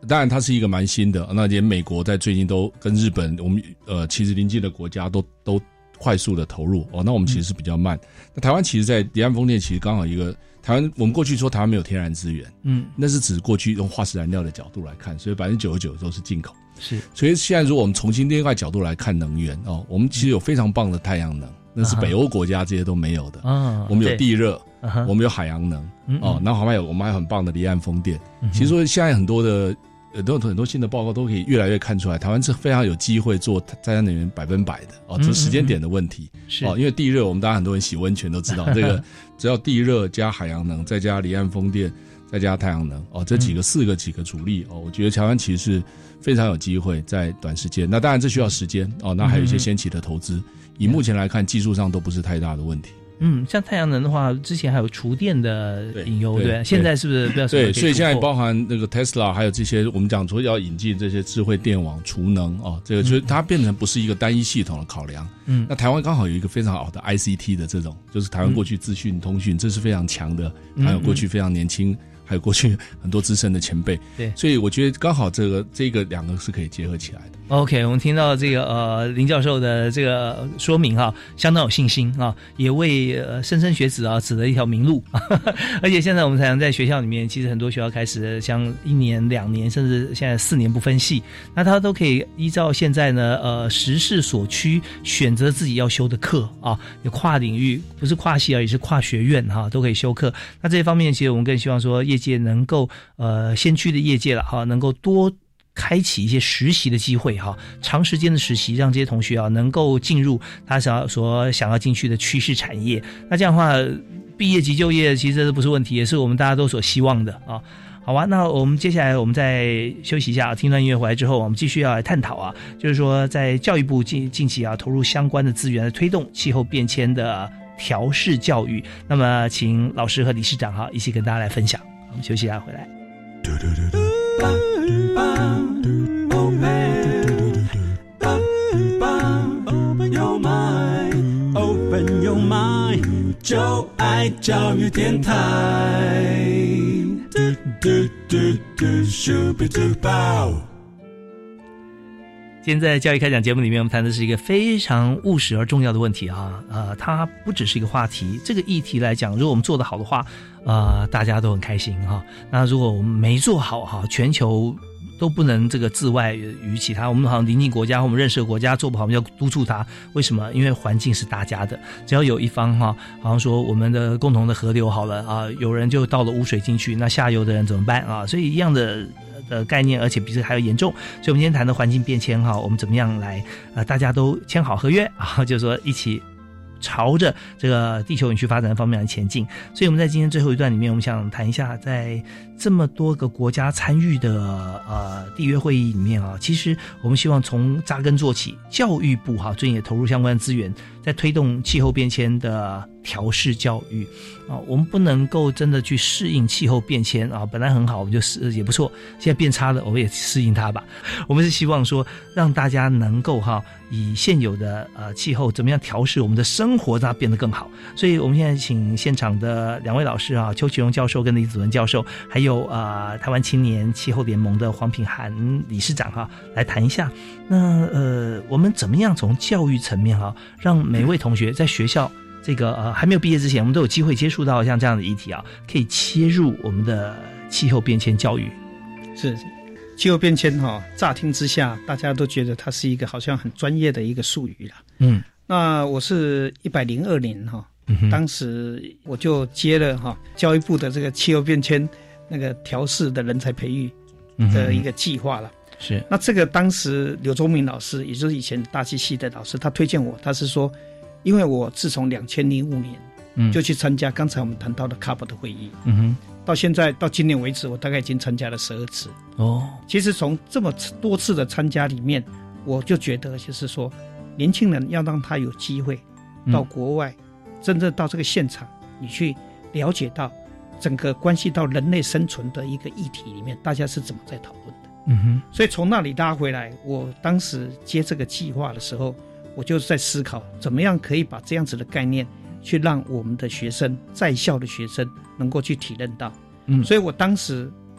当然它是一个蛮新的，那连美国在最近都跟日本，我们其实邻近的国家都快速的投入那我们其实是比较慢。那台湾其实在离岸风电其实刚好一个台湾，我们过去说台湾没有天然资源，那是指过去用化石燃料的角度来看，所以99%都是进口。 是，所以现在如果我们重新另外角度来看能源我们其实有非常棒的太阳能，那是北欧国家这些都没有的。我们有地热，我们有海洋能然后我们还有很棒的离岸风电。其实说现在很多新的报告都可以越来越看出来，台湾是非常有机会做再生能源100%的只是时间点的问题。是因为地热，我们大家很多人洗温泉都知道，这个只要地热加海洋能，再加离岸风电，再加太阳能这几个几个主力我觉得台湾其实是非常有机会在短时间。那当然这需要时间那还有一些先期的投资。以目前来看，技术上都不是太大的问题。 像太阳能的话，之前还有厨电的隐忧，对，现在是不是不要？ 对，所以现在包含那个 Tesla， 还有这些我们讲说要引进这些智慧电网、储能这个就是它变成不是一个单一系统的考量。那台湾刚好有一个非常好的 ICT 的这种，就是台湾过去资讯通讯，这是非常强的，还有过去非常年轻。还有过去很多资深的前辈，对，所以我觉得刚好这个两个是可以结合起来的。 OK， 我们听到这个林教授的这个说明相当有信心也为莘莘学子指了一条明路。而且现在我们才能在学校里面，其实很多学校开始像1年、2年，甚至现在4年不分系，那他都可以依照现在呢时势所趋，选择自己要修的课有跨领域，不是跨系而已，是跨学院都可以修课。那这一方面，其实我们更希望说业界能够先驱的业界了能够多开启一些实习的机会长时间的实习，让这些同学能够进入他想要进去的趋势产业。那这样的话，毕业即就业其实这不是问题，也是我们大家都所希望的好吧，那我们接下来我们再休息一下，听段音乐回来之后，我们继续要来探讨就是说在教育部近期投入相关的资源来推动气候变迁的调适教育。那么请老师和理事长一起跟大家来分享。我们休息一下回来。 Open your mind, open your mind， 就爱教育电台。 今天在教育开讲节目里面，我们谈的是一个非常务实而重要的问题它不只是一个话题，这个议题来讲，如果我们做得好的话大家都很开心那如果我们没做好全球都不能这个自外于其他，我们好像邻近国家或我们认识的国家做不好，我们要督促它。为什么？因为环境是大家的，只要有一方好像说我们的共同的河流好了有人就倒了污水进去，那下游的人怎么办所以一样的概念，而且比这还要严重。所以我们今天谈的环境变迁我们怎么样来大家都签好合约就是说一起朝着这个地球永续发展的方面来前进。所以我们在今天最后一段里面，我们想谈一下在这么多个国家参与的缔约会议里面其实我们希望从扎根做起，教育部最近也投入相关资源在推动气候变迁的调适教育我们不能够真的去适应气候变迁本来很好我们就也不错，现在变差了我们也适应它吧。我们是希望说让大家能够以现有的气候怎么样调适我们的生活，让它变得更好。所以我们现在请现场的2位老师邱其荣教授跟李子文教授，还有台湾青年气候联盟的黄品涵理事长来谈一下。那我们怎么样从教育层面让每位同学在学校这个还没有毕业之前，我们都有机会接触到像这样的议题可以切入我们的气候变迁教育。 是气候变迁乍听之下大家都觉得它是一个好像很专业的一个术语了。那我是102年当时我就接了教育部的这个气候变迁那个调适的人才培育的一个计划了。 是， 那这个当时刘忠明老师，也就是以前大气系的老师，他推荐我，他是说因为我自从2005年就去参加刚才我们谈到的 COP 的会议到现在到今年为止，我大概已经参加了12次其实从这么多次的参加里面，我就觉得就是说年轻人要让他有机会到国外真正到这个现场，你去了解到整个关系到人类生存的一个议题里面大家是怎么在讨论的所以从那里拉回来，我当时接这个计划的时候，我就在思考怎么样可以把这样子的概念去让我们的学生在校的学生能够去体认到所以我当时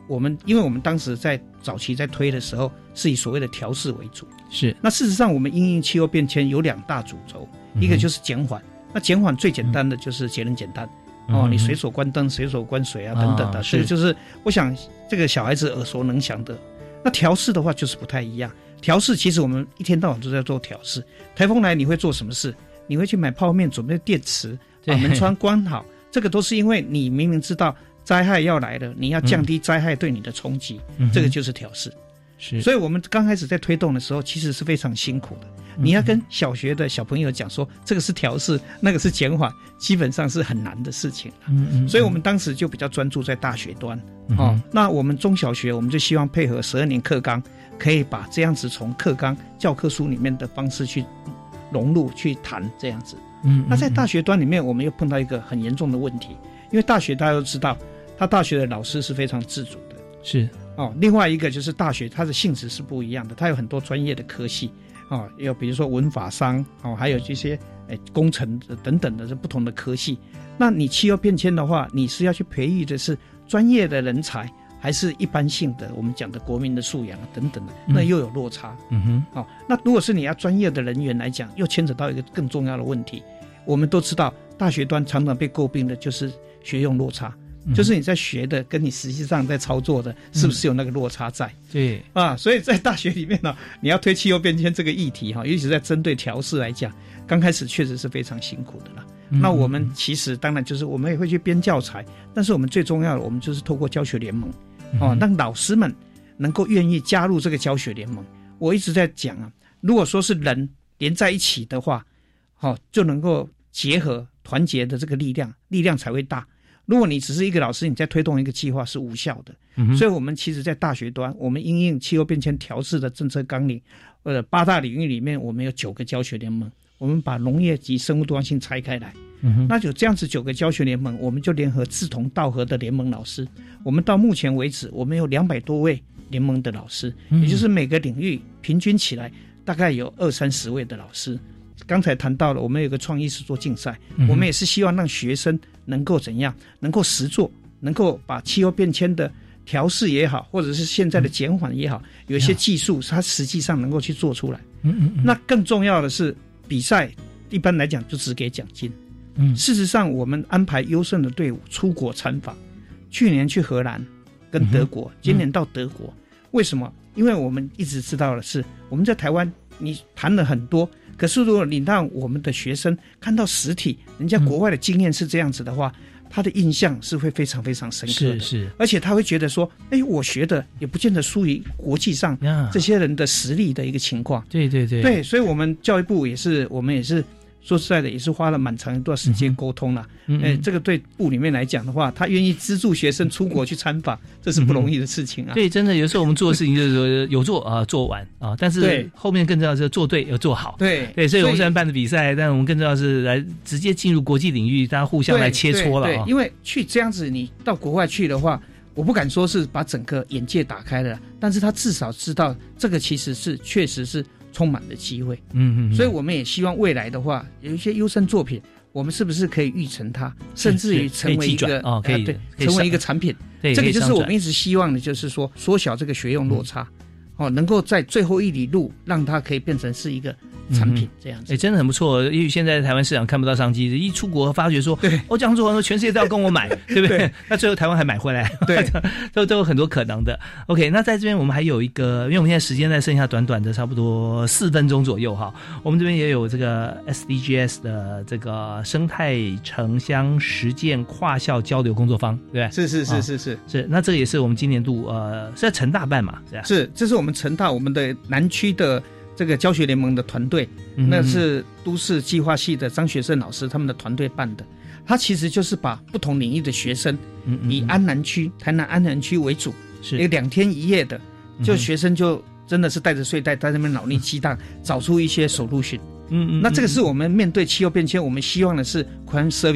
因为我们当时在早期在推的时候是以所谓的调适为主， 是。 那事实上我们因应气候变迁有2大主轴，一个就是减缓，那减缓最简单的就是节能减碳。你随手关灯随手关水啊等等的，这个就是我想这个小孩子耳熟能详的。那调适的话就是不太一样，调适其实我们一天到晚都在做调适。台风来你会做什么事？你会去买泡面，准备电池，把门窗关好，这个都是因为你明明知道灾害要来了，你要降低灾害对你的冲击，这个就是调适。 是， 所以我们刚开始在推动的时候其实是非常辛苦的，你要跟小学的小朋友讲说这个是调适，那个是减缓，基本上是很难的事情所以我们当时就比较专注在大学端那我们中小学我们就希望配合12年课纲，可以把这样子从课纲教科书里面的方式去融入去谈这样子那在大学端里面我们又碰到一个很严重的问题，因为大学大家都知道他大学的老师是非常自主的， 是另外一个就是大学它的性质是不一样的，它有很多专业的科系有比如说文法商还有这些工程等等的这不同的科系。那你气候变迁的话，你是要去培育的是专业的人才，还是一般性的我们讲的国民的素养等等的，那又有落差那如果是你要专业的人员来讲，又牵扯到一个更重要的问题。我们都知道大学端常常被诟病的就是学用落差，就是你在学的跟你实际上在操作的是不是有那个落差在对所以在大学里面你要推气候变迁这个议题尤其是在针对调适来讲，刚开始确实是非常辛苦的啦那我们其实当然就是我们也会去编教材，但是我们最重要的我们就是透过教学联盟让老师们能够愿意加入这个教学联盟。我一直在讲如果说是人连在一起的话就能够结合团结的这个力量才会大。如果你只是一个老师，你在推动一个计划是无效的所以我们其实在大学端，我们因应气候变迁调适的政策纲领8大领域里面，我们有9个教学联盟，我们把农业及生物多样性拆开来那就这样子9个教学联盟，我们就联合志同道合的联盟老师。我们到目前为止我们有200多位联盟的老师也就是每个领域平均起来大概有20-30位的老师。刚才谈到了我们有个创意实作竞赛我们也是希望让学生能够怎样，能够实作，能够把气候变迁的调适也好，或者是现在的减缓也好，有一些技术它实际上能够去做出来那更重要的是比赛一般来讲就只给奖金事实上我们安排优胜的队伍出国参访，去年去荷兰跟德国今年到德国为什么？因为我们一直知道的是我们在台湾你谈了很多，可是如果你让我们的学生看到实体人家国外的经验是这样子的话，他的印象是会非常非常深刻的是而且他会觉得说我学的也不见得输于国际上这些人的实力的一个情况对所以我们教育部我们也是说实在的也是花了蛮长一段时间沟通了这个对部里面来讲的话，他愿意资助学生出国去参访这是不容易的事情对真的有时候我们做的事情就是说有做做完但是后面更重要是做对要做好对所以我们虽然办的比赛，但我们更重要是来直接进入国际领域，大家互相来切磋了对因为去这样子你到国外去的话，我不敢说是把整个眼界打开了，但是他至少知道这个其实是确实是充满了机会所以我们也希望未来的话有一些优胜作品，我们是不是可以育成它，甚至于成为一个成为一个产品这个就是我们一直希望的，就是说缩小这个学用落差能够在最后一里路让它可以变成是一个产品这样子真的很不错。也许现在台湾市场看不到商机，一出国发觉说这样做全世界都要跟我买对不对那最后台湾还买回来对都有很多可能的 OK 那在这边我们还有一个，因为我们现在时间在剩下短短的差不多4分钟左右我们这边也有这个 SDGs 的这个生态城乡实践跨校交流工作坊对不对是那这个也是我们今年度是在成大办嘛是这是我们成大我们的南区的这个教学联盟的团队那是都市计划系的张学胜老师他们的团队办的，他其实就是把不同领域的学生以安南区台南安南区为主是一个2天1夜的就学生就真的是带着睡袋在那边脑力激荡找出一些solution那这个是我们面对气候变迁我们希望的是 crime service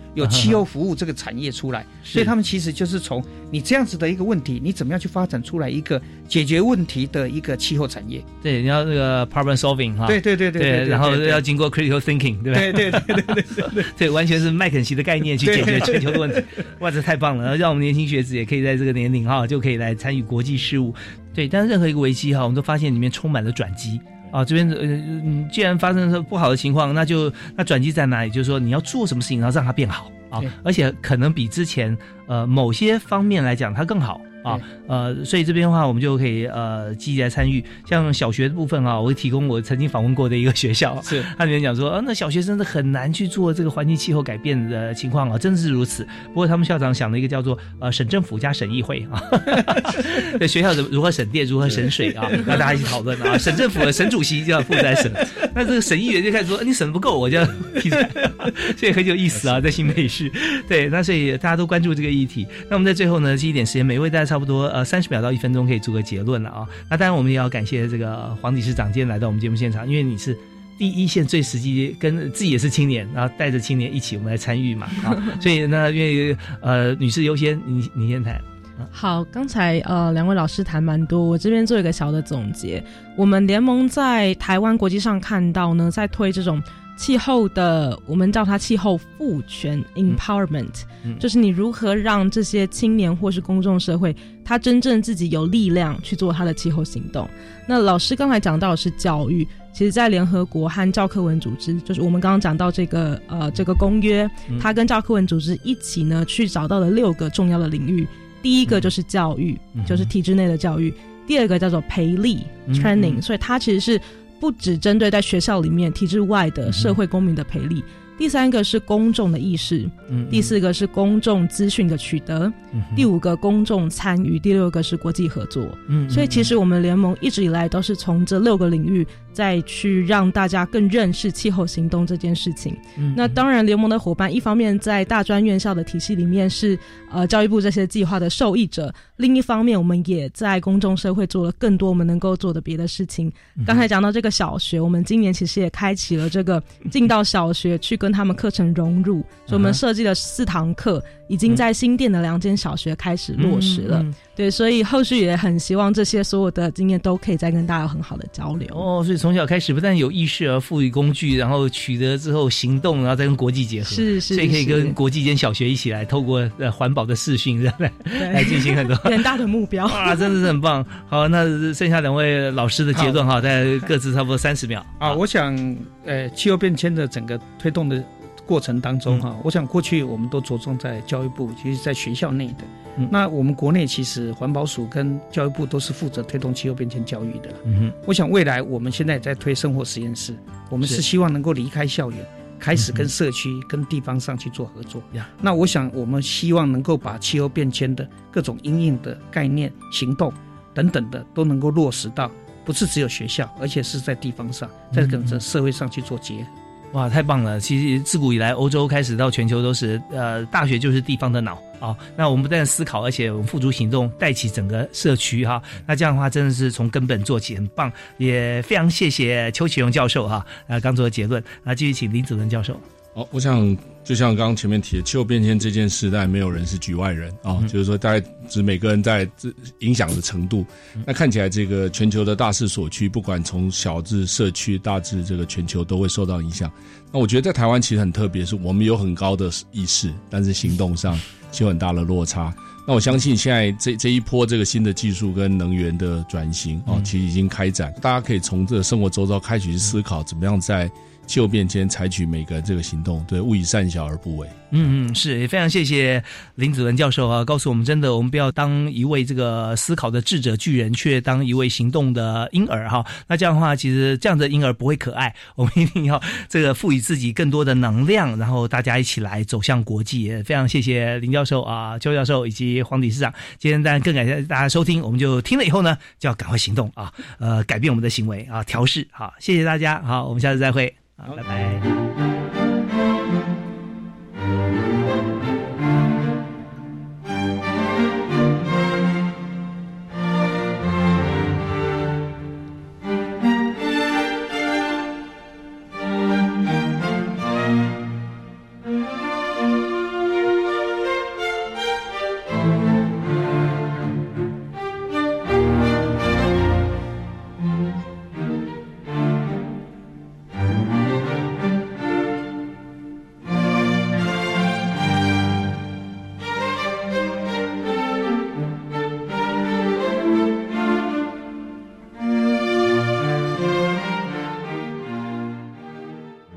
有气候服务这个产业出来，所以他们其实就是从你这样子的一个问题，你怎么样去发展出来一个解决问题的一个气候产业？ 对，你要那个 problem solving 哈， 对， 然后要经过 critical thinking， 对吧？对，对，完全是麦肯锡的概念去解决全球的问题。哇，这太棒了！让我们年轻学子也可以在这个年龄哈，就可以来参与国际事务。对，但是任何一个危机哈，我们都发现里面充满了转机。这边既然发生了不好的情况，那转机在哪里？就是说你要做什么事情，然后让它变好啊，而且可能比之前某些方面来讲它更好啊。所以这边的话，我们就可以积极来参与。像小学的部分啊，我会提供我曾经访问过的一个学校，是它里面讲说，那小学生的很难去做这个环境气候改变的情况啊，真的是如此。不过他们校长想了一个叫做省政府加省议会啊，对学校如何省电，如何省水啊，让大家一起讨论啊。省政府的省主席就要负责省，那这个省议员就开始说，你省不够，我就要批裁，所以很有意思啊，在新北市。对，那所以大家都关注这个议题。那我们在最后呢，记一点时间，每位大家差不多30秒到1分钟可以做个结论了啊。那当然我们也要感谢这个黄理事长今天来到我们节目现场，因为你是第一线最实际，跟自己也是青年，然后带着青年一起我们来参与嘛啊。所以呢，因为女士优先，你先谈。 好，刚才两位老师谈蛮多，我这边做一个小的总结。我们联盟在台湾国际上看到呢，在推这种气候的，我们叫它气候赋权 empowerment，就是你如何让这些青年或是公众社会，他真正自己有力量去做他的气候行动。那老师刚才讲到的是教育，其实在联合国和教科文组织，就是我们刚刚讲到这个公约，它跟教科文组织一起呢去找到了6个重要的领域。第一个就是教育，就是体制内的教育。第二个叫做培力 training， 所以它其实是不只针对在学校里面体制外的社会公民的培力。第3个是公众的意识，第4个是公众资讯的取得，第5个公众参与，第6个是国际合作。所以其实我们联盟一直以来都是从这6个领域再去让大家更认识气候行动这件事情。那当然联盟的伙伴一方面在大专院校的体系里面是教育部这些计划的受益者，另一方面我们也在公众社会做了更多我们能够做的别的事情。刚才讲到这个小学，我们今年其实也开启了这个进到小学去跟他们课程融入，所以我们设计了4堂课，已经在新店的2间小学开始落实了。对，所以后续也很希望这些所有的经验都可以再跟大家有很好的交流。所以从小开始不但有意识而赋予工具，然后取得之后行动，然后再跟国际结合，是所以可以跟国际间小学一起来透过环保的视讯来进行很多远大的目标。 哇，真的是很棒。好，那剩下2位老师的结论哈，在各自差不多30秒啊。我想气候变迁的整个推动的过程当中哈，我想过去我们都着重在教育部，其实在学校内的。那我们国内其实环保署跟教育部都是负责推动气候变迁教育的。我想未来我们现在也在推生活实验室，我们是希望能够离开校园，开始跟社区、跟地方上去做合作。那我想我们希望能够把气候变迁的各种因应的概念、行动等等的都能够落实到，不是只有学校，而且是在地方上，在跟着社会上去做结合。 哇，太棒了！其实自古以来，欧洲开始到全球都是，大学就是地方的脑啊。那我们不但思考，而且我们付诸行动，带起整个社区哈。那这样的话，真的是从根本做起，很棒。也非常谢谢邱启荣教授哈，刚做的结论。继续请林子文教授。 我想就像刚刚前面提的，气候变迁这件事，当然没有人是局外人啊，就是说大概只每个人在影响的程度。那看起来这个全球的大势所趋，不管从小至社区，大至这个全球都会受到影响。那我觉得在台湾其实很特别，是我们有很高的意识，但是行动上就有很大的落差。那我相信现在这一波这个新的技术跟能源的转型其实已经开展，大家可以从这个生活周遭开始去思考，怎么样在气候变迁采取每个人这个行动，对，勿以善小而不为。 是，也非常谢谢林子文教授啊，告诉我们真的我们不要当一位这个思考的智者巨人，却当一位行动的婴儿哈。那这样的话，其实这样的婴儿不会可爱，我们一定要这个赋予自己更多的能量，然后大家一起来走向国际。也非常谢谢林教授啊、邱教授以及黄理事长。今天当然更感谢大家收听，我们就听了以后呢，就要赶快行动啊，改变我们的行为啊，调试。好，谢谢大家，好，我们下次再会。好，拜拜。